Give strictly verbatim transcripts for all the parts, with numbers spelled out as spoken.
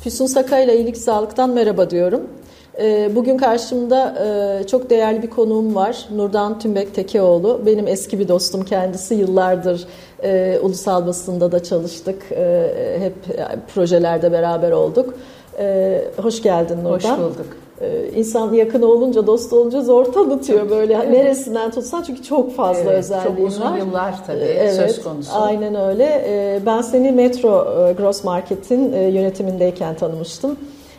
Füsun Sakay'la İyilik Sağlık'tan merhaba diyorum. Bugün karşımda çok değerli bir konuğum var. Nurdan Tümbek Tekeoğlu. Benim eski bir dostum kendisi. Yıllardır ulusal basında da çalıştık. Hep projelerde beraber olduk. Hoş geldin Nurdan. Hoş bulduk. İnsan yakın olunca, dost olunca zor tanıtıyor böyle. Evet. Neresinden tutsan çünkü çok fazla evet, özelliğin var. Çok uzun var. yıllar tabii evet, söz konusu. Aynen öyle. Ben seni Metro Gross Market'in yönetimindeyken tanımıştım.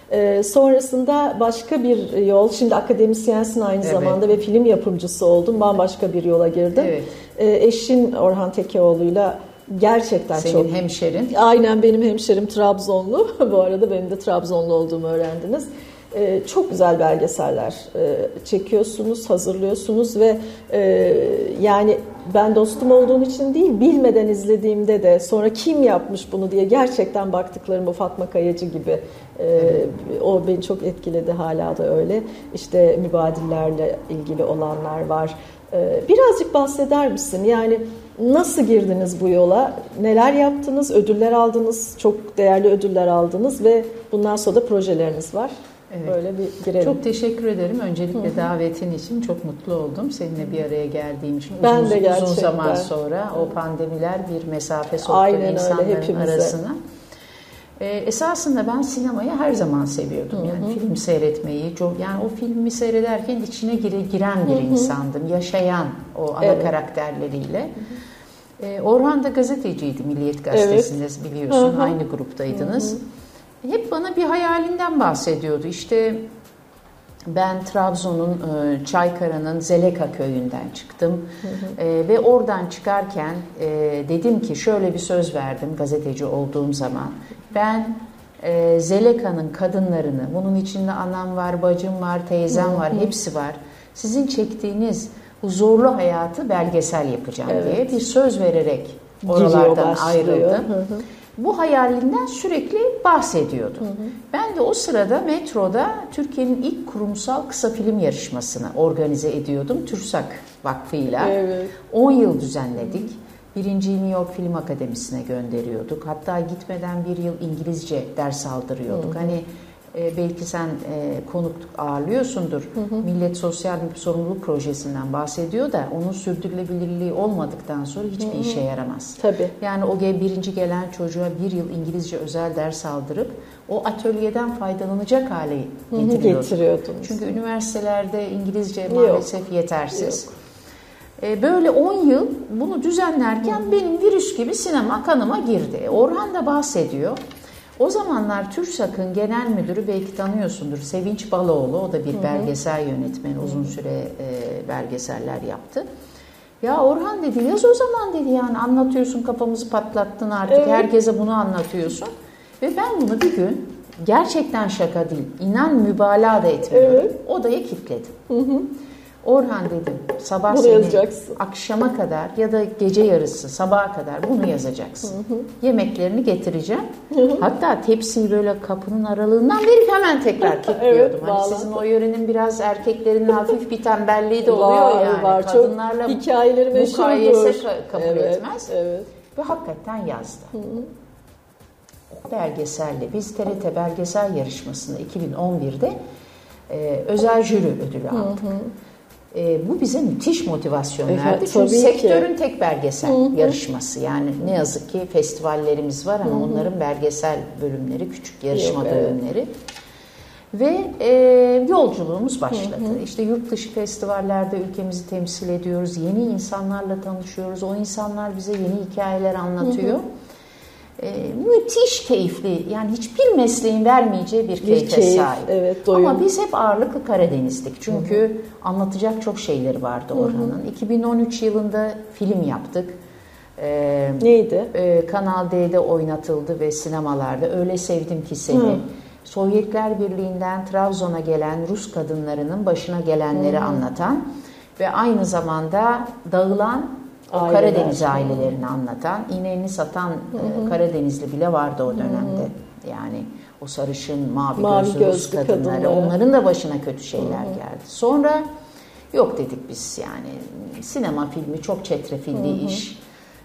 Sonrasında başka bir yol, şimdi akademisyensin aynı evet. zamanda ve film yapımcısı oldun. Bambaşka bir yola girdin. Evet. Eşin Orhan Tekeoğlu'yla gerçekten Senin çok... Senin hemşerin. Aynen benim hemşerim Trabzonlu. Bu arada benim de Trabzonlu olduğumu öğrendiniz. Ee, çok güzel belgeseller e, çekiyorsunuz, hazırlıyorsunuz ve e, yani ben dostum olduğun için değil, bilmeden izlediğimde de sonra kim yapmış bunu diye gerçekten baktıklarım bu Fatma Kayacı gibi e, o beni çok etkiledi, hala da öyle. İşte mübadillerle ilgili olanlar var. E, birazcık bahseder misin? Yani nasıl girdiniz bu yola? Neler yaptınız? Ödüller aldınız, çok değerli ödüller aldınız ve bundan sonra da projeleriniz var. Evet. Böyle bir girelim. Çok teşekkür ederim. Öncelikle Hı-hı. davetin için çok mutlu oldum. Seninle bir araya geldiğim için. Ben uzun, de gerçekten. Uzun zaman sonra o pandemiler bir mesafe soktu Aynen insanların arasına. Ee, esasında ben sinemayı her zaman seviyordum. Hı-hı. Yani film seyretmeyi. Çok, yani o filmi seyrederken içine gire, giren bir Hı-hı. insandım. Yaşayan o ana evet. karakterleriyle. Ee, Orhan da gazeteciydi Milliyet Gazetesi'nde evet. biliyorsun. Hı-hı. Aynı gruptaydınız. Hı-hı. Hep bana bir hayalinden bahsediyordu. İşte ben Trabzon'un Çaykara'nın Zeleka köyünden çıktım. Hı hı. E, ve oradan çıkarken e, dedim ki şöyle bir söz verdim gazeteci olduğum zaman. Ben e, Zeleka'nın kadınlarını, bunun içinde anam var, bacım var, teyzem hı hı. var, hepsi var. Sizin çektiğiniz bu zorlu hayatı belgesel yapacağım evet. diye bir söz vererek oralardan ayrıldım. Hı hı. Bu hayalinden sürekli bahsediyordu. Hı hı. Ben de o sırada metroda Türkiye'nin ilk kurumsal kısa film yarışmasını organize ediyordum. TÜRSAK Vakfı'yla. Evet. on yıl düzenledik. Birinciyi New York Film Akademisi'ne gönderiyorduk. Hatta gitmeden bir yıl İngilizce ders aldırıyorduk. Hı hı. Hani e, belki sen e, konuk ağırlıyorsundur. Hı hı. Millet Sosyal bir Sorumluluk Projesi'nden bahsediyor da onun sürdürülebilirliği olmadıktan sonra hiçbir hı hı. işe yaramaz. Tabii. Yani o birinci gelen çocuğa bir yıl İngilizce özel ders aldırıp o atölyeden faydalanacak hale getiriyorduk. getiriyordunuz. Çünkü üniversitelerde İngilizce maalesef Yok. yetersiz. Yok. Böyle on yıl bunu düzenlerken hı hı. benim virüs gibi sinema kanıma girdi. Orhan da bahsediyor. O zamanlar TÜRSAK'ın genel müdürü belki tanıyorsundur Sevinç Baloğlu, o da bir Hı-hı. belgesel yönetmeni, uzun süre e, belgeseller yaptı. Ya Orhan dedi, yaz o zaman dedi, yani anlatıyorsun, kafamızı patlattın artık, evet. herkese bunu anlatıyorsun. Ve ben bunu bir gün, gerçekten şaka değil, inan mübalağa da etmiyorum, evet. odaya kilitledim. Hı hı. Orhan dedim, sabah bunu seni yazacaksın. Akşama kadar ya da gece yarısı sabaha kadar bunu yazacaksın. Hı hı. Yemeklerini getireceğim. Hı hı. Hatta tepsiyi böyle kapının aralığından verip hemen tekrar kilitliyordum. Evet, hani sizin o yörenin biraz erkeklerinin hafif bir tembelliği de oluyor var, yani. Var. Kadınlarla hikayeleri mukayese kabul evet, etmez. Evet. Ve hakikaten yazdı. Hı hı. O belgeselle biz T R T belgesel yarışmasında iki bin on birde e, özel jüri ödülü aldık. Hı hı. E, bu bize müthiş motivasyon verdi. Evet, çünkü sektörün ki. tek belgesel hı hı. yarışması. Yani ne yazık ki festivallerimiz var ama hı hı. onların belgesel bölümleri, küçük yarışma Yok, bölümleri. Evet. Ve e, yolculuğumuz başladı. Hı hı. İşte yurt dışı festivallerde ülkemizi temsil ediyoruz. Yeni insanlarla tanışıyoruz. O insanlar bize yeni hikayeler anlatıyor. Hı hı. Ee, müthiş keyifli, yani hiçbir mesleğin vermeyeceği bir, bir keyfe keyif, sahip. Evet, ama biz hep ağırlıklı Karadeniz'dik. Çünkü hı hı. anlatacak çok şeyleri vardı Orhan'ın. iki bin on üç yılında film yaptık. Ee, Neydi? E, Kanal D'de oynatıldı ve sinemalarda. Öyle Sevdim Ki Seni. Hı. Sovyetler Birliği'nden Trabzon'a gelen Rus kadınlarının başına gelenleri hı. anlatan ve aynı zamanda dağılan o Aileler. Karadeniz ailelerini anlatan, ineğini satan hı hı. Karadenizli bile vardı o dönemde. Hı hı. Yani o sarışın, mavi, mavi gözlü Rus kadınları, kadınları, onların da başına kötü şeyler hı hı. geldi. Sonra yok dedik biz, yani sinema filmi çok çetrefilli hı hı. iş.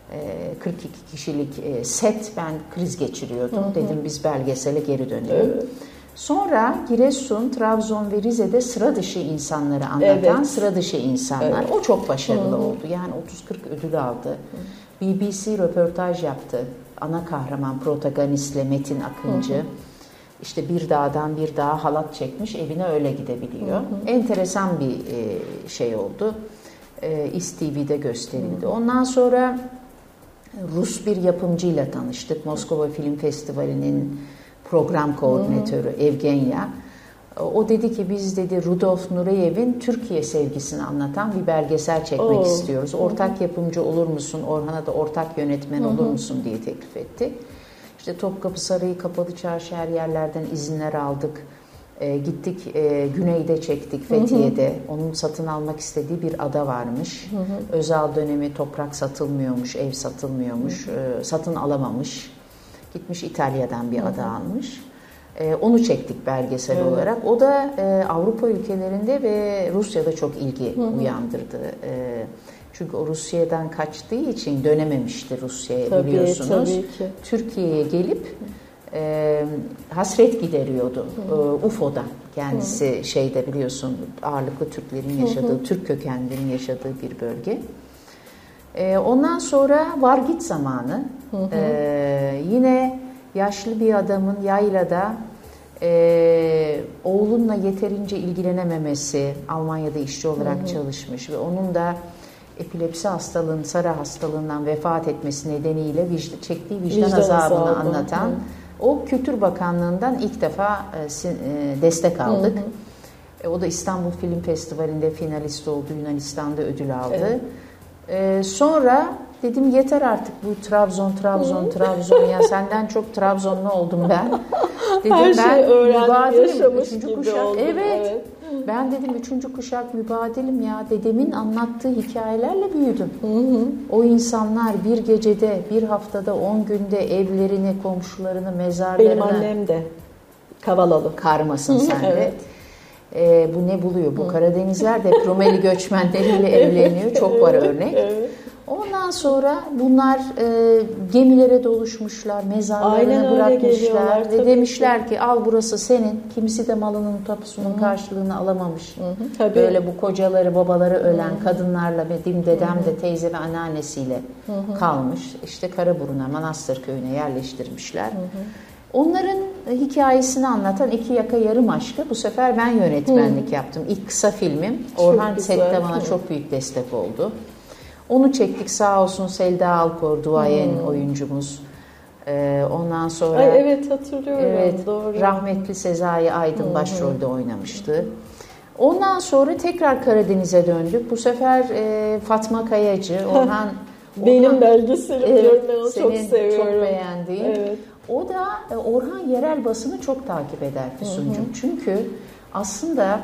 kırk iki kişilik set, ben kriz geçiriyordum. Hı hı. Dedim biz belgesele geri dönelim. Evet. Sonra Giresun, Trabzon ve Rize'de sıra dışı insanları anlatan evet. sıra dışı insanlar. Evet. O çok başarılı Hı-hı. oldu. Yani otuz kırk ödül aldı. Hı. B B C röportaj yaptı. Ana kahraman protagonistle Metin Akıncı. Hı-hı. İşte bir dağdan bir dağa halat çekmiş, evine öyle gidebiliyor. Hı-hı. Enteresan bir şey oldu. İS T V'de gösterildi. Hı-hı. Ondan sonra Rus bir yapımcıyla tanıştık. Moskova Film Festivali'nin program koordinatörü Hı-hı. Evgenya. O dedi ki biz dedi Rudolf Nureyev'in Türkiye sevgisini anlatan bir belgesel çekmek Oo. istiyoruz. Ortak Hı-hı. yapımcı olur musun? Orhan'a da ortak yönetmen Hı-hı. olur musun diye teklif etti. İşte Topkapı Sarayı, Kapalı Çarşı, her yerlerden izinler aldık. E, gittik e, güneyde çektik, Fethiye'de. Hı hı. Onun satın almak istediği bir ada varmış. Hı hı. Özal dönemi, toprak satılmıyormuş, ev satılmıyormuş, e, satın alamamış. Gitmiş İtalya'dan bir hı hı. ada almış. E, onu çektik belgesel evet. olarak. O da e, Avrupa ülkelerinde ve Rusya'da çok ilgi hı hı. uyandırdı. E, çünkü o Rusya'dan kaçtığı için dönememişti Rusya'ya, tabii, biliyorsunuz. Tabii ki. Türkiye'ye gelip e, hasret gideriyordu hı. E, U F O'da. Kendisi hı. şeyde biliyorsun ağırlıklı Türklerin yaşadığı, hı hı. Türk kökenlilerin yaşadığı bir bölge. E, ondan sonra var git zamanı. Hı hı. E, yine yaşlı bir adamın yaylada e, oğlunla yeterince ilgilenememesi, Almanya'da işçi olarak hı hı. çalışmış ve onun da epilepsi hastalığının, Sara hastalığından vefat etmesi nedeniyle vicdan, çektiği vicdan, vicdan azabını azabı. anlatan hı. o Kültür Bakanlığı'ndan ilk defa e, destek aldık. Hı hı. E, o da İstanbul Film Festivali'nde finalist oldu, Yunanistan'da ödül aldı. Evet. E, sonra dedim yeter artık bu Trabzon, Trabzon, Hı. Trabzon ya senden çok Trabzonlu oldum ben. Dedim Her ben şey öğrendim, yaşamış üçüncü gibi kuşak. oldum. Evet. evet. Ben dedim üçüncü kuşak mübadilim ya. Dedemin anlattığı hikayelerle büyüdüm. Hı hı. O insanlar bir gecede, bir haftada, on günde evlerini, komşularını, mezarlarını... Benim annem de Kavalalı. Karmasın sen de. Evet. Ee, bu ne buluyor? Bu hı. Karadenizler de Rumeli göçmenleriyle evleniyor. Evet, çok var örnek. Evet. Ondan sonra bunlar e, gemilere doluşmuşlar, mezarlarını bırakmışlar ve demişler ki al burası senin. Kimisi de malının tapusunun Hı-hı. karşılığını alamamış. Tabii. Böyle bu kocaları, babaları ölen Hı-hı. kadınlarla benim dedem Hı-hı. de teyze ve anneannesiyle Hı-hı. kalmış. İşte Karaburun'a, Manastır köyüne yerleştirmişler. Hı-hı. Onların hikayesini anlatan İki Yaka Yarım Aşkı bu sefer ben yönetmenlik Hı-hı. yaptım. İlk kısa filmim. Çok Orhan Sette bana Hı-hı. çok büyük destek oldu. Onu çektik sağ olsun Selda Alkor, duayen hmm. oyuncumuz. Ee, ondan sonra... Ay evet hatırlıyorum. Evet, doğru. Rahmetli Sezai Aydın hmm. başrolde oynamıştı. Ondan sonra tekrar Karadeniz'e döndük. Bu sefer e, Fatma Kayacı, Orhan... Benim Orhan, belgeselim evet, diyorum, ben onu çok seviyorum. Çok beğendiğim. Evet. O da Orhan yerel basını çok takip eder Füsuncuğum. Çünkü aslında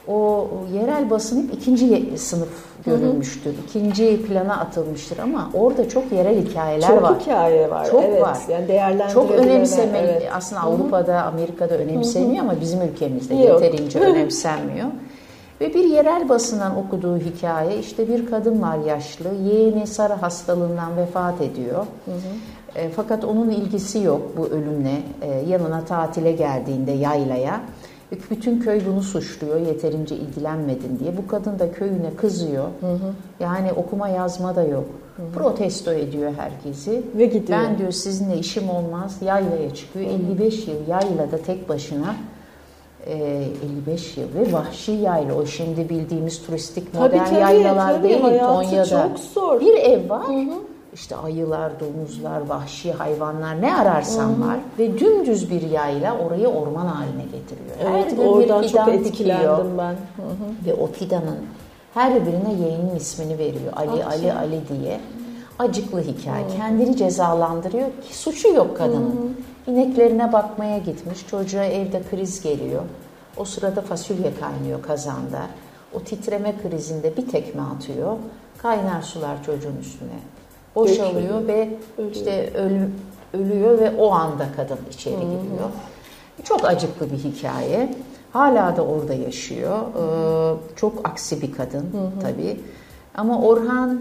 o yerel basın hep ikinci sınıf görülmüştür. Hı hı. İkinci plana atılmıştır ama orada çok yerel hikayeler çok var. Çok hikaye var. Çok evet. var. Yani değerlendirebilirler. Çok önemsemeli. Evet. Aslında Hı hı. Avrupa'da, Amerika'da önemseniyor ama bizim ülkemizde Yok. yeterince önemsenmiyor. Ve bir yerel basından okuduğu hikaye, işte bir kadın var yaşlı, yeğeni Sara hastalığından vefat ediyor. Hı hı. E, fakat onun ilgisi yok bu ölümle. E, yanına tatile geldiğinde yaylaya. Bütün köy bunu suçluyor, yeterince ilgilenmedin diye. Bu kadın da köyüne kızıyor. Hı hı. Yani okuma yazma da yok. Hı hı. Protesto ediyor herkesi. Ve gidiyor. Ben diyor sizinle işim olmaz. Yaylaya çıkıyor. Hı hı. elli beş yıl yaylada tek başına. E, elli beş yıl ve vahşi yayla. O şimdi bildiğimiz turistik modern tabii, tabii, yaylalar tabii, değil. Tonya'da çok zor. Bir ev var. Hı hı. İşte ayılar, domuzlar, vahşi hayvanlar ne ararsan Hı-hı. var ve dümdüz bir yayla orayı orman haline getiriyor. Evet, her gün oradan bir fidan çok etkilendim ben. Hı-hı. Ve o fidanın her birine yeğenin ismini veriyor. Ali, Akşam. Ali, Ali diye. Acıklı hikaye. Hı-hı. Kendini cezalandırıyor ki suçu yok kadının. Hı-hı. İneklerine bakmaya gitmiş. Çocuğa evde kriz geliyor. O sırada fasulye kaynıyor kazanda. O titreme krizinde bir tekme atıyor. Kaynar sular çocuğun üstüne boşalıyor Dökülüyor. ve ölüyor. işte ölü, ölüyor ve o anda kadın içeri Hı-hı. giriyor. Çok acıklı bir hikaye. Hala da orada yaşıyor. Ee, çok aksi bir kadın Hı-hı. tabii. Ama Orhan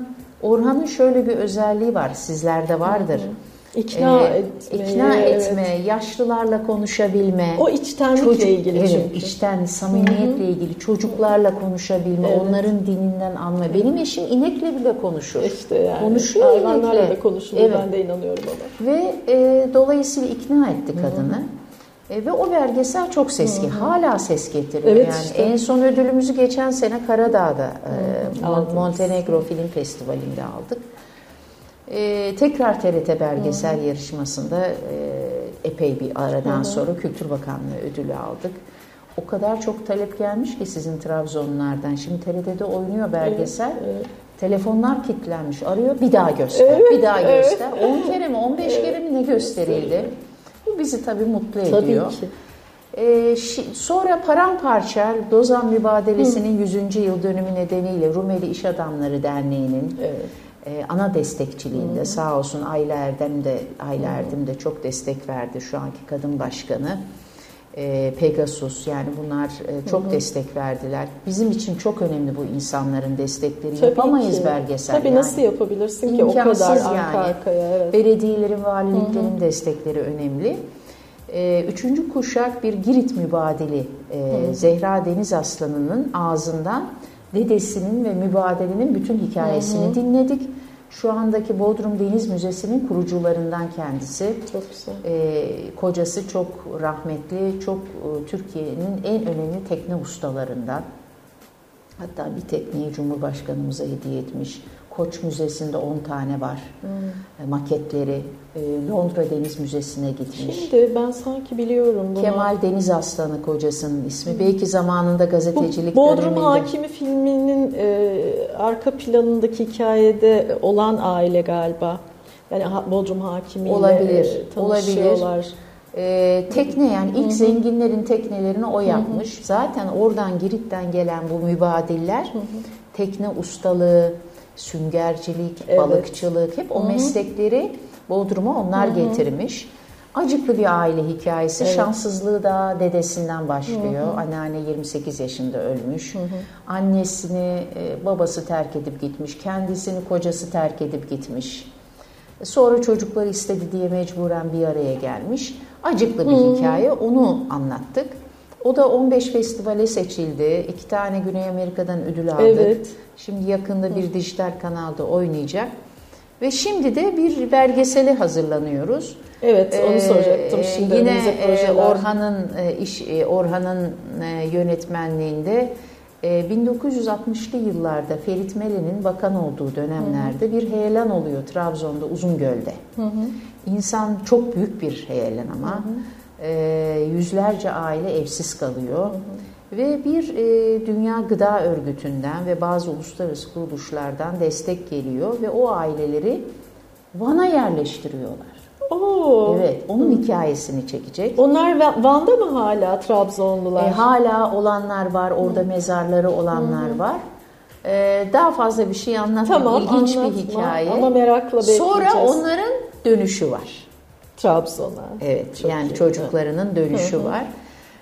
Orhan'ın şöyle bir özelliği var, sizlerde vardır. Hı hı. İkna ee, etme, ikna evet. etme, yaşlılarla konuşabilme. O içtenlikle çocuk, ilgili evet, çünkü. içten, samimiyetle Hı-hı. ilgili. Çocuklarla konuşabilme, evet. onların dininden anma. Benim eşim inekle bile konuşur. İşte yani. Konuşuyor hayvanlarla inekle. da konuşulur, evet. ben de inanıyorum ona. Ve e, dolayısıyla ikna etti kadını. E, ve o belgesel çok ses getiriyor. Hala ses getiriyor. Evet, yani işte. En son ödülümüzü geçen sene Karadağ'da e, Montenegro Film Festivali'nde aldık. Ee, tekrar T R T belgesel Hı-hı. yarışmasında e, epey bir aradan Hı-hı. sonra Kültür Bakanlığı ödülü aldık. O kadar çok talep gelmiş ki sizin Trabzonlardan. Şimdi T R T'de oynuyor belgesel. Evet, evet. Telefonlar kilitlenmiş. Arıyor, bir daha göster, evet, bir daha evet. göster. on kere mi, on beş evet. kere mi ne gösterildi? Bu bizi tabii mutlu ediyor. Tabii ki. Ee, sonra Paramparça Lozan Mübadelesi'nin Hı. yüzüncü yıl dönümü nedeniyle Rumeli İş Adamları Derneği'nin evet. Ee, ana destekçiliğinde Hı-hı. sağ olsun Ayla Erdem de Ayla Erdem de çok destek verdi, şu anki kadın başkanı. Ee, Pegasus, yani bunlar e, çok Hı-hı. destek verdiler. Bizim için çok önemli bu insanların destekleri. Tabii Yapamayız ki. belgesel. Tabii yani. Nasıl yapabilirsin ki İmkansız o kadar yani. arka arkaya. Evet. Belediyelerin, valiliklerin Hı-hı. destekleri önemli. Ee, üçüncü kuşak bir Girit mübadili e, Zehra Deniz Aslanı'nın ağzından dedesinin ve mübadelenin bütün hikayesini hı hı. dinledik. Şu andaki Bodrum Deniz Müzesi'nin kurucularından kendisi. Çok güzel. Ee, kocası çok rahmetli, çok e, Türkiye'nin en önemli tekne ustalarından. Hatta bir tekneyi Cumhurbaşkanımıza hediye etmiş. Koç Müzesi'nde on tane var. Hmm. Maketleri. Londra Deniz Müzesi'ne gitmiş. Şimdi ben sanki biliyorum bunu. Kemal Deniz Aslanı kocasının ismi. Hmm. Belki zamanında gazetecilik Bu Bodrum döneminde. Hakimi filminin e, arka planındaki hikayede olan aile galiba. Yani Bodrum Hakimi ile olabilir, tanışıyorlar. Olabilir. Ee, tekne yani ilk Hı-hı. zenginlerin teknelerini o yapmış. Hı-hı. Zaten oradan Girit'ten gelen bu mübadiller Hı-hı. tekne ustalığı, süngercilik, evet. balıkçılık hep o Hı-hı. meslekleri Bodrum'a onlar Hı-hı. getirmiş. Acıklı bir aile hikayesi. Evet. Şanssızlığı da dedesinden başlıyor. Hı-hı. Anneanne yirmi sekiz yaşında ölmüş. Hı-hı. Annesini babası terk edip gitmiş. Kendisini kocası terk edip gitmiş. Sonra çocukları istedi diye mecburen bir araya gelmiş. Acıklı bir Hı-hı. hikaye. Onu anlattık. O da on beş festivale seçildi. İki tane Güney Amerika'dan ödül aldı. Evet. Şimdi yakında bir dijital kanalda oynayacak. Ve şimdi de bir belgeseli hazırlanıyoruz. Evet, onu soracaktım. Şimdi ee, yine Orhan'ın iş Orhan'ın yönetmenliğinde bin dokuz yüz altmışlı yıllarda Ferit Mele'nin bakan olduğu dönemlerde hı hı. bir heyelan oluyor Trabzon'da, Uzungöl'de. Hı hı. İnsan çok büyük bir heyelan ama hı hı. E, yüzlerce aile evsiz kalıyor. Hı hı. Ve bir e, Dünya Gıda Örgütü'nden ve bazı uluslararası kuruluşlardan destek geliyor ve o aileleri Van'a yerleştiriyorlar. Oo. Evet, onun Hı. hikayesini çekecek. Onlar Van'da mı hala Trabzonlular? E, hala olanlar var, orada Hı. mezarları olanlar Hı. var. E, daha fazla bir şey anlatmam, tamam, ilginç anlatma. bir hikaye. Ama merakla bekleyeceğiz. Sonra onların dönüşü var. Trabzon'a. Evet, çok yani iyi. Çocuklarının dönüşü Hı. var.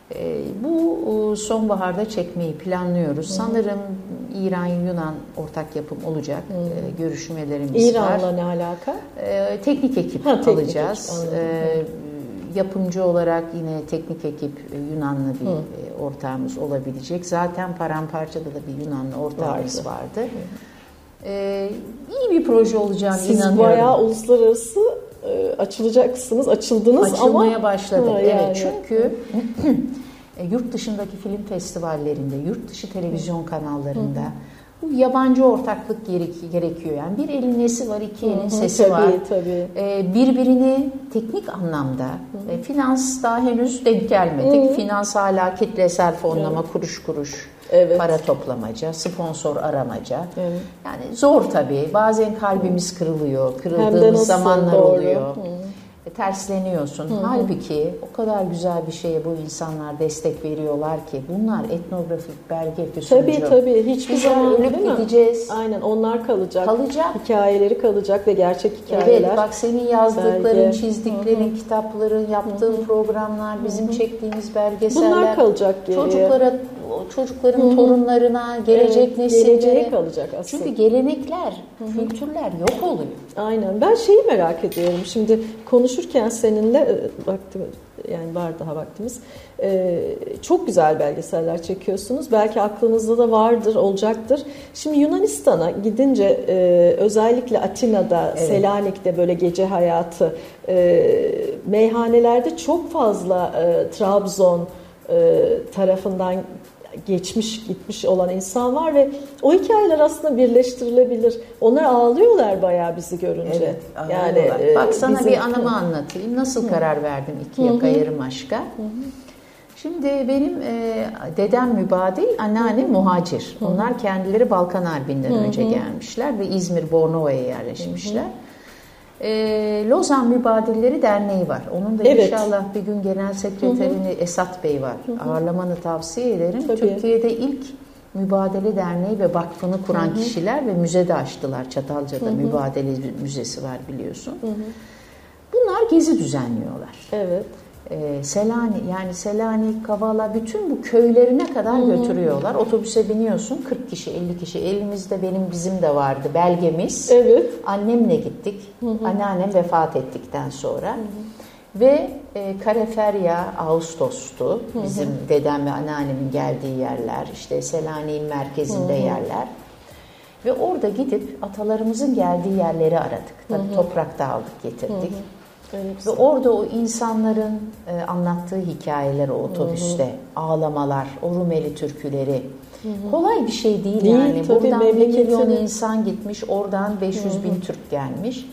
Bu sonbaharda çekmeyi planlıyoruz. Hı. Sanırım İran-Yunan ortak yapım olacak. Hı. Görüşmelerimiz İran'la var. İran'la ne alaka? Ee, teknik ekip ha, teknik alacağız. Ekip, ee, yapımcı olarak yine teknik ekip Yunanlı bir Hı. ortağımız olabilecek. Zaten Paramparça'da da bir Yunanlı ortağımız vardı. vardı. Ee, iyi bir proje olacağını Siz inanıyorum. Siz bayağı uluslararası açılacaksınız, açıldınız Açılmaya ama... Açılmaya başladık, ha, evet. Yani. Çünkü yurt dışındaki film festivallerinde, yurt dışı televizyon kanallarında Hı. bu yabancı ortaklık gerekiyor. Yani bir elin nesi var, iki elin Hı. sesi tabii, var. Tabii. Ee, birbirini teknik anlamda, Hı. finans daha henüz denk gelmedik. Hı. Finans hala kitlesel fonlama, Hı. kuruş kuruş. Evet. Para toplamaca, sponsor aramaca. Evet. Yani zor tabii. Bazen kalbimiz kırılıyor. Kırıldığımız zamanlar doğru. oluyor. Hı. Tersleniyorsun. Hı hı. Halbuki o kadar güzel bir şeye bu insanlar destek veriyorlar ki bunlar etnografik belge füsuncu. Tabii tabii. Hiçbir zaman ölüp gideceğiz. Aynen, onlar kalacak. Kalacak. Hikayeleri kalacak ve gerçek hikayeler. Evet, bak senin yazdıkların, belge. çizdiklerin, hı hı. kitapların, yaptığın hı hı. programlar, bizim hı hı. çektiğimiz belgeseller. Bunlar kalacak geriye. Çocuklara çocukların Hı-hı. torunlarına, gelecek evet, nesillere. Geleceğe kalacak aslında. Çünkü gelenekler, Hı-hı. kültürler yok oluyor. Aynen. Ben şeyi merak ediyorum. Şimdi konuşurken seninle vaktim, yani var daha vaktimiz. Ee, çok güzel belgeseller çekiyorsunuz. Belki aklınızda da vardır, olacaktır. Şimdi Yunanistan'a gidince e, özellikle Atina'da, evet. Selanik'te böyle gece hayatı, e, meyhanelerde çok fazla e, Trabzon e, tarafından geçmiş gitmiş olan insan var ve o hikayeler aslında birleştirilebilir. Onlar ağlıyorlar bayağı bizi görünce. Evet, yani e, bak sana bizim... bir anımı anlatayım. Nasıl Hı. karar verdim iki yaka yarım aşka? Hı hı. Şimdi benim e, dedem mübadil, anneannem muhacir. Hı hı. Onlar kendileri Balkan Harbi'nden hı hı. önce gelmişler ve İzmir, Bornova'ya yerleşmişler. Hı hı. E, Lozan Mübadilleri Derneği var. Onun da evet. inşallah bir gün genel sekreterini hı hı. Esat Bey var. Hı hı. Ağırlamanı tavsiye ederim. Tabii. Türkiye'de ilk Mübadele Derneği ve Vakfı'nı kuran hı hı. kişiler ve müze de açtılar. Çatalca'da hı hı. Mübadele Müzesi var biliyorsun. Hı hı. Bunlar gezi düzenliyorlar. Evet. Ee, Selanik yani Selanik, Kavala bütün bu köylerine kadar hı hı. götürüyorlar. Otobüse biniyorsun kırk kişi, elli kişi. Elimizde benim bizim de vardı belgemiz. Evet. Annemle gittik. Hı hı. Anneannem vefat ettikten sonra. Hı hı. Ve e, Kareferya Ağustos'tu. Hı hı. Bizim dedem ve anneannemin geldiği yerler. İşte Selanik'in merkezinde hı hı. yerler. Ve orada gidip atalarımızın geldiği yerleri aradık. Tabii hı hı. toprakta aldık, getirdik. Hı hı. Ve orada o insanların e, anlattığı hikayeler o otobüste, hı hı. ağlamalar, o Rumeli türküleri. Hı hı. Kolay bir şey değil, değil yani. Buradan bir milyon insan gitmiş, oradan beş yüz hı hı. bin Türk gelmiş.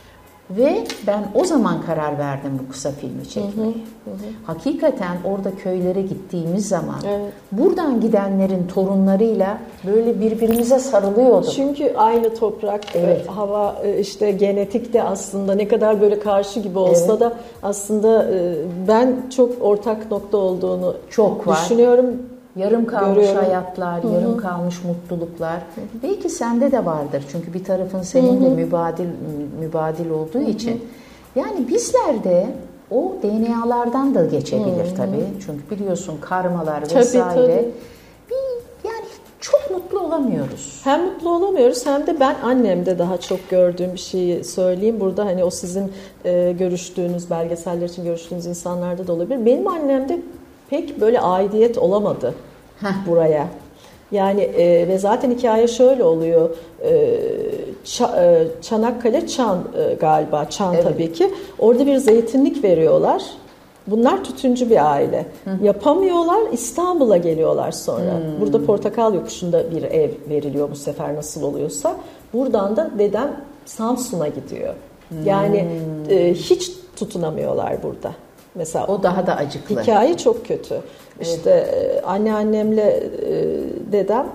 Ve ben o zaman karar verdim bu kısa filmi çekmeye. Hı hı. Hı hı. Hakikaten orada köylere gittiğimiz zaman evet. buradan gidenlerin torunlarıyla böyle birbirimize sarılıyorduk. Çünkü aynı toprak, evet. hava, işte genetik de aslında ne kadar böyle karşı gibi olsa evet. da aslında ben çok ortak nokta olduğunu çok düşünüyorum. Var. Yarım kalmış görüyorum. Hayatlar, Hı-hı. yarım kalmış mutluluklar. Hı-hı. Belki sende de vardır. Çünkü bir tarafın senin de mübadil mübadil olduğu Hı-hı. için. Yani bizlerde o D N A'lardan da geçebilir Hı-hı. tabii. Çünkü biliyorsun karmalar vesaire. Tabii, tabii. Bir, yani çok mutlu olamıyoruz. Hem mutlu olamıyoruz hem de ben annemde daha çok gördüğüm bir şeyi söyleyeyim. Burada hani o sizin e, görüştüğünüz belgeseller için görüştüğünüz insanlarda da olabilir. Benim annemde pek böyle aidiyet olamadı Heh. buraya. Yani e, ve zaten hikaye şöyle oluyor. E, Ça, e, Çanakkale Çan e, galiba Çan evet. tabii ki. Orada bir zeytinlik veriyorlar. Bunlar tütüncü bir aile. Hı. Yapamıyorlar. İstanbul'a geliyorlar sonra. Hmm. Burada Portakal Yokuşu'nda bir ev veriliyor bu sefer nasıl oluyorsa. Buradan da dedem Samsun'a gidiyor. Hmm. Yani e, hiç tutunamıyorlar burada. Mesela o daha da acıklı. Hikaye çok kötü. Evet. İşte anneannemle e, dedem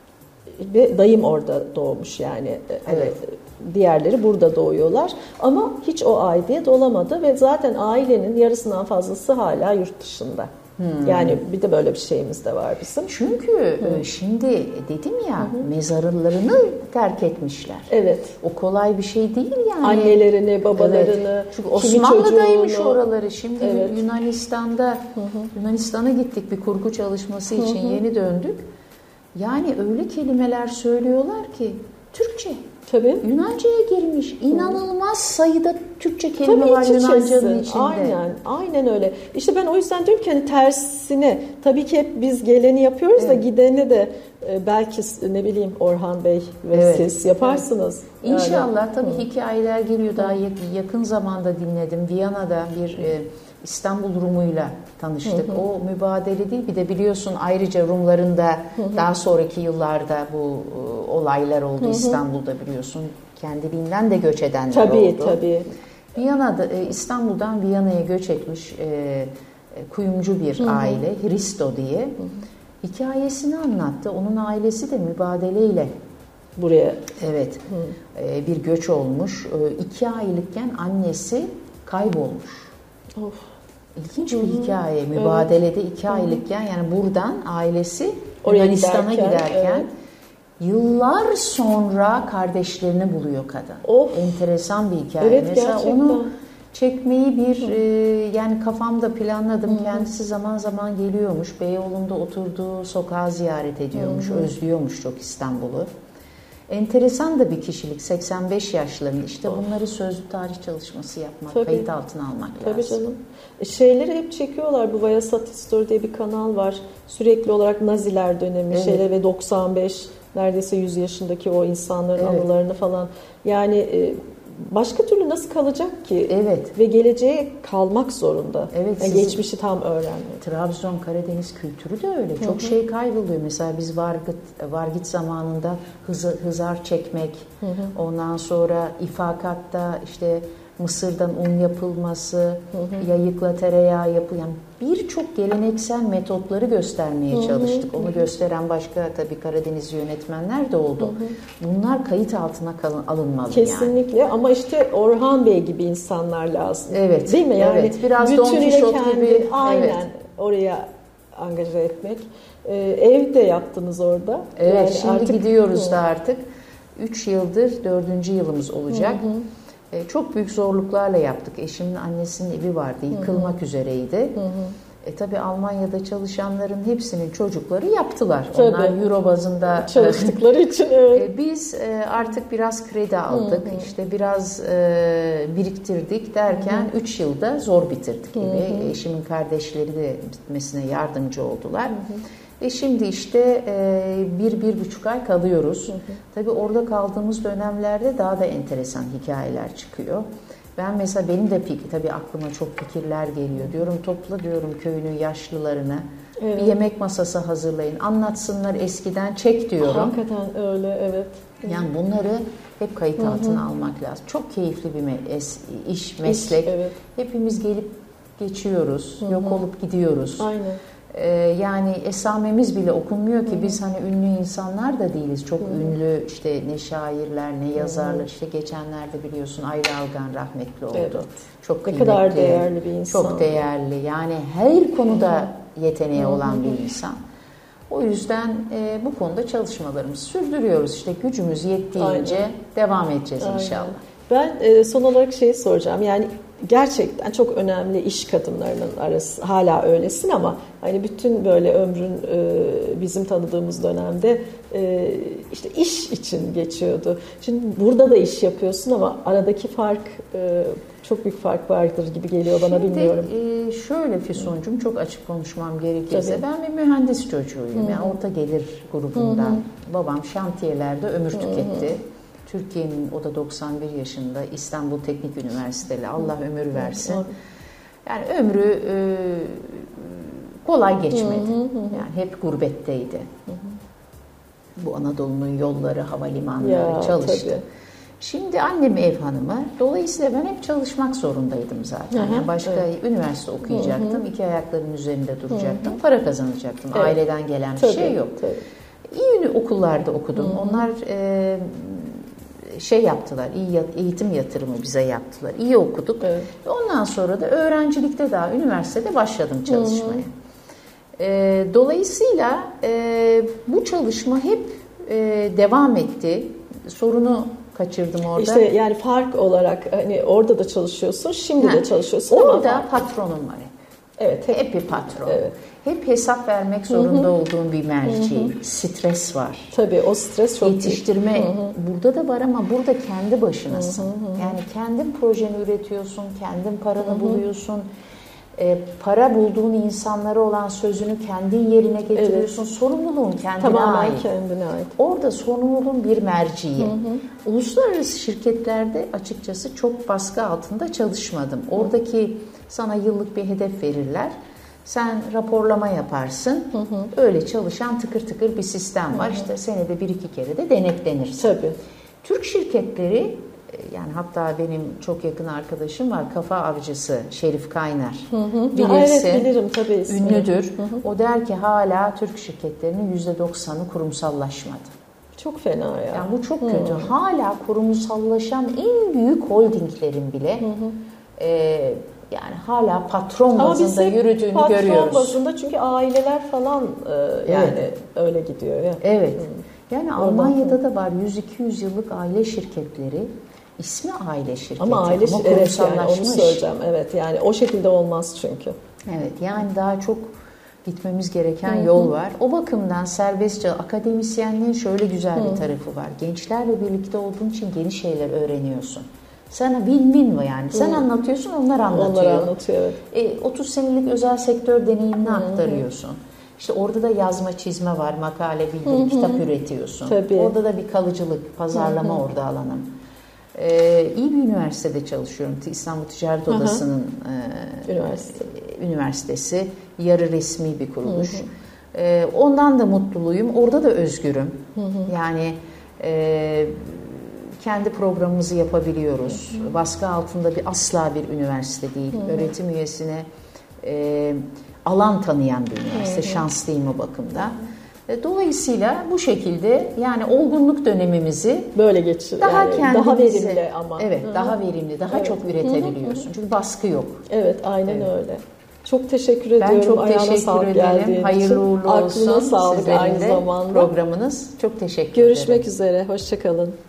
ve dayım orada doğmuş yani. Evet. Diğerleri burada doğuyorlar. Ama hiç o aidiyet olamadı ve zaten ailenin yarısından fazlası hala yurt dışında. Hmm. Yani bir de böyle bir şeyimiz de var bizim. Çünkü hmm. şimdi dedim ya hmm. mezarlarını terk etmişler. Evet. O kolay bir şey değil yani. Annelerini, babalarını. Evet. Çünkü Osmanlı'daymış oraları. Şimdi evet. Yunanistan'da hmm. Yunanistan'a gittik bir kurgu çalışması için hmm. yeni döndük. Yani öyle kelimeler söylüyorlar ki Türkçe. Tabii. Yunanca'ya girmiş. İnanılmaz sayıda Türkçe kelime tabii var Yunanca'nın içinde. Aynen, aynen öyle. İşte ben o yüzden diyorum ki hani tersine tabii ki hep biz geleni yapıyoruz evet. da gideni de belki ne bileyim Orhan Bey ve evet. siz yaparsınız. Evet. İnşallah yani. Tabii Hı. hikayeler geliyor. Daha yakın zamanda dinledim. Viyana'da bir e, İstanbul Rumuyla tanıştık. Hı hı. O mübadele değil. Bir de biliyorsun ayrıca Rumların da hı hı. daha sonraki yıllarda bu e, olaylar oldu hı hı. İstanbul'da biliyorsun. Kendiliğinden de göç edenler tabii, oldu. Tabii tabii. Viyana'da e, İstanbul'dan Viyana'ya göç etmiş e, kuyumcu bir hı hı. aile Hristo diye. Hı hı. Hikayesini anlattı. Onun ailesi de mübadeleyle buraya evet e, bir göç olmuş. E, iki aylıkken annesi kaybolmuş. Of. İlginç bir Hı-hı. hikaye. Mübadelede evet. iki aylıkken yani buradan ailesi Yunanistan'a giderken, giderken evet. yıllar sonra kardeşlerini buluyor kadın. Of. Enteresan bir hikaye. Evet, mesela gerçekten. onu çekmeyi bir e, yani kafamda planladım. Hı-hı. Kendisi zaman zaman geliyormuş. Beyoğlu'nda oturduğu sokağı ziyaret ediyormuş. Hı-hı. Özlüyormuş çok İstanbul'u. Enteresan da bir kişilik. seksen beş yaşlarında. İşte bunları sözlü tarih çalışması yapmak, tabii, kayıt altına almak tabii lazım. Canım. E şeyleri hep çekiyorlar. Bu Viasat History diye bir kanal var. Sürekli olarak Naziler dönemi, evet, şeyler ve doksan beş neredeyse yüz yaşındaki o insanların, evet, anılarını falan. Yani e, başka türlü nasıl kalacak ki? Evet. Ve geleceğe kalmak zorunda. Evet. Yani geçmişi tam öğrenmek. Trabzon, Karadeniz kültürü de öyle. Çok, hı hı, şey kayboluyor. Mesela biz Vargit, Vargit zamanında hızı, hızar çekmek, hı hı, ondan sonra ifakatta işte Mısır'dan un yapılması, hı hı, yayıkla tereyağı yapılan birçok geleneksel metotları göstermeye, hı hı, çalıştık. Onu gösteren başka tabii Karadeniz yönetmenler de oldu. Hı hı. Bunlar kayıt altına alınmalı. Kesinlikle yani. Ama işte Orhan Bey gibi insanlar lazım. Evet. Değil mi? Yani evet. Biraz Don Kişot gibi. Aynen, evet, oraya angaje etmek. Ee, ev de yaptınız orada. Evet. Yani şimdi artık, gidiyoruz, hı, da artık. Üç yıldır dördüncü yılımız olacak. Hı hı. Çok büyük zorluklarla yaptık. Eşimin annesinin evi vardı, yıkılmak, hı hı, üzereydi. Hı hı. E tabii Almanya'da çalışanların hepsinin çocukları yaptılar. Tabii. Onlar euro bazında çalıştıkları için. Evet. E, biz e, artık biraz kredi aldık, hı hı, işte biraz e, biriktirdik derken üç yılda zor bitirdik gibi. Hı hı. Eşimin kardeşleri de bitmesine yardımcı oldular. Hı hı. E şimdi işte e, bir, bir buçuk ay kalıyoruz. Hı hı. Tabii orada kaldığımız dönemlerde daha da enteresan hikayeler çıkıyor. Ben mesela benim de tabii aklıma çok fikirler geliyor. Diyorum topla diyorum köyünün yaşlılarını. Evet. Bir yemek masası hazırlayın. Anlatsınlar eskiden, çek diyorum. Hakikaten öyle, evet. Yani bunları hep kayıt, hı hı, altına almak lazım. Çok keyifli bir mes- iş, meslek. İş, evet. Hepimiz gelip geçiyoruz. Hı hı. Yok olup gidiyoruz. Aynen. Yani esamemiz bile okunmuyor ki, hı hı, biz hani ünlü insanlar da değiliz. Çok, hı hı, ünlü işte ne şairler ne yazarlar. Hı hı. İşte geçenlerde biliyorsun Ayla Algan rahmetli oldu. Evet. Çok ne kıymetli. kadar değerli bir insan. Çok değerli. Yani her konuda, hı hı, yeteneği, hı hı, olan bir insan. O yüzden e, bu konuda çalışmalarımızı sürdürüyoruz. İşte gücümüz yettiğince, aynen, devam edeceğiz, aynen, inşallah. Ben e, son olarak şeyi soracağım. Yani gerçekten çok önemli iş kadınlarının arası, hala öylesin ama hani bütün böyle ömrün e, bizim tanıdığımız dönemde e, işte iş için geçiyordu. Şimdi burada da iş yapıyorsun ama aradaki fark, e, çok büyük fark vardır gibi geliyor bana. Şimdi, bilmiyorum. E, şöyle Füsuncuğum, çok açık konuşmam gerekirse, tabii, ben bir mühendis çocuğuyum. Hı-hı. Yani orta gelir grubundan. Hı-hı. Babam şantiyelerde ömür tüketti. Hı-hı. Türkiye'nin, o da doksan bir yaşında, İstanbul Teknik Üniversiteli, Allah ömür versin. Yani ömrü e, kolay geçmedi. Yani hep gurbetteydi. Bu Anadolu'nun yolları, havalimanları, ya, çalıştı. Tabii. Şimdi annem ev hanımı. Dolayısıyla ben hep çalışmak zorundaydım zaten. Yani başka, evet, üniversite okuyacaktım. Hı hı. İki ayaklarımın üzerinde duracaktım. Hı hı. Para kazanacaktım. Evet. Aileden gelen bir, tabii, şey yok. Tabii. İyi okullarda okudum. Hı hı. Onlar e, şey yaptılar, iyi eğitim yatırımı bize yaptılar. İyi okuduk. Evet. Ondan sonra da öğrencilikte, daha üniversitede başladım çalışmaya. Hı hı. E, dolayısıyla e, bu çalışma hep e, devam etti. Sorunu kaçırdım orada. İşte yani fark olarak hani orada da çalışıyorsun, şimdi ha, de çalışıyorsun. Orada ama patronum var hep. Evet, hep, hep bir patron. Evet. Hep hesap vermek zorunda, hı hı, olduğum bir merci. Hı hı. Stres var. Tabii o stres çok yetiştirme, hı hı, burada da var ama burada kendi başınasın. Hı hı hı. Yani kendin projeni üretiyorsun, kendin paranı, hı hı, buluyorsun. E, para bulduğun insanlara olan sözünü kendin yerine getiriyorsun. Evet. Sorumluluğun kendine tamamen ait. kendine ait. Orada sorumluluğun bir merciği. Hı hı. Uluslararası şirketlerde açıkçası çok baskı altında çalışmadım. Oradaki sana yıllık bir hedef verirler. Sen raporlama yaparsın. Hı hı. Öyle çalışan tıkır tıkır bir sistem var. Hı hı. İşte senede bir iki kere de denetlenirsin. Tabii. Türk şirketleri, yani hatta benim çok yakın arkadaşım var, kafa avcısı Şerif Kaynar. Hı hı. Bilirsin. Evet, bilirim tabii. Ünlüdür. Hı hı. O der ki hala Türk şirketlerinin yüzde doksanı kurumsallaşmadı. Çok fena ya. Yani bu çok, hı, kötü. Hala kurumsallaşan en büyük holdinglerin bile, hı hı, e, yani hala patron bazında yürüdüğünü patron görüyoruz. Patron bazında, çünkü aileler falan e, yani, evet, öyle gidiyor ya. Evet. Hı. Yani oradan, Almanya'da da var yüz iki yüz yıllık aile şirketleri. ismi aile şirketi. Ama aile şirketi, evet, yani onu söyleyeceğim. Evet, yani o şekilde olmaz çünkü. Evet, yani daha çok gitmemiz gereken Hı-hı. yol var. O bakımdan serbestçe akademisyenliğin şöyle güzel Hı-hı. bir tarafı var. Gençlerle birlikte olduğun için yeni şeyler öğreniyorsun. Sana win-win mi yani? Sen Hı-hı. anlatıyorsun, onlar anlatıyor. Onlar anlatıyor, evet. E, otuz senelik özel sektör deneyimini Hı-hı. aktarıyorsun. İşte orada da yazma çizme var, makale, bildiri, Hı-hı. kitap üretiyorsun. Tabii. Orada da bir kalıcılık, pazarlama Hı-hı. orada alanım. Ee, iyi bir üniversitede çalışıyorum. İstanbul Ticaret Odası'nın e, Üniversite. üniversitesi. Yarı resmi bir kuruluş. Hı hı. Ee, ondan da mutluyum. Orada da özgürüm. Hı hı. Yani e, kendi programımızı yapabiliyoruz. Hı hı. Baskı altında bir asla bir üniversite değil. Hı hı. Öğretim üyesine e, alan tanıyan bir üniversite. Hı hı. Şanslıyım o bakımda. Hı hı. Dolayısıyla bu şekilde yani olgunluk dönemimizi böyle geçir. Daha yani kendimize, daha verimli ama. Evet, Hı-hı. daha verimli, daha evet. çok üretebiliyorsun. Hı-hı. Çünkü baskı yok. Evet, aynen evet. öyle. Çok teşekkür ediyorum. Ben çok Ayağına teşekkür ederim. Hayırlı uğurlu olsun. Aklına sağlık aynı zamanda. Programınız. Çok teşekkür Görüşmek ederim. Görüşmek üzere. Hoşça kalın.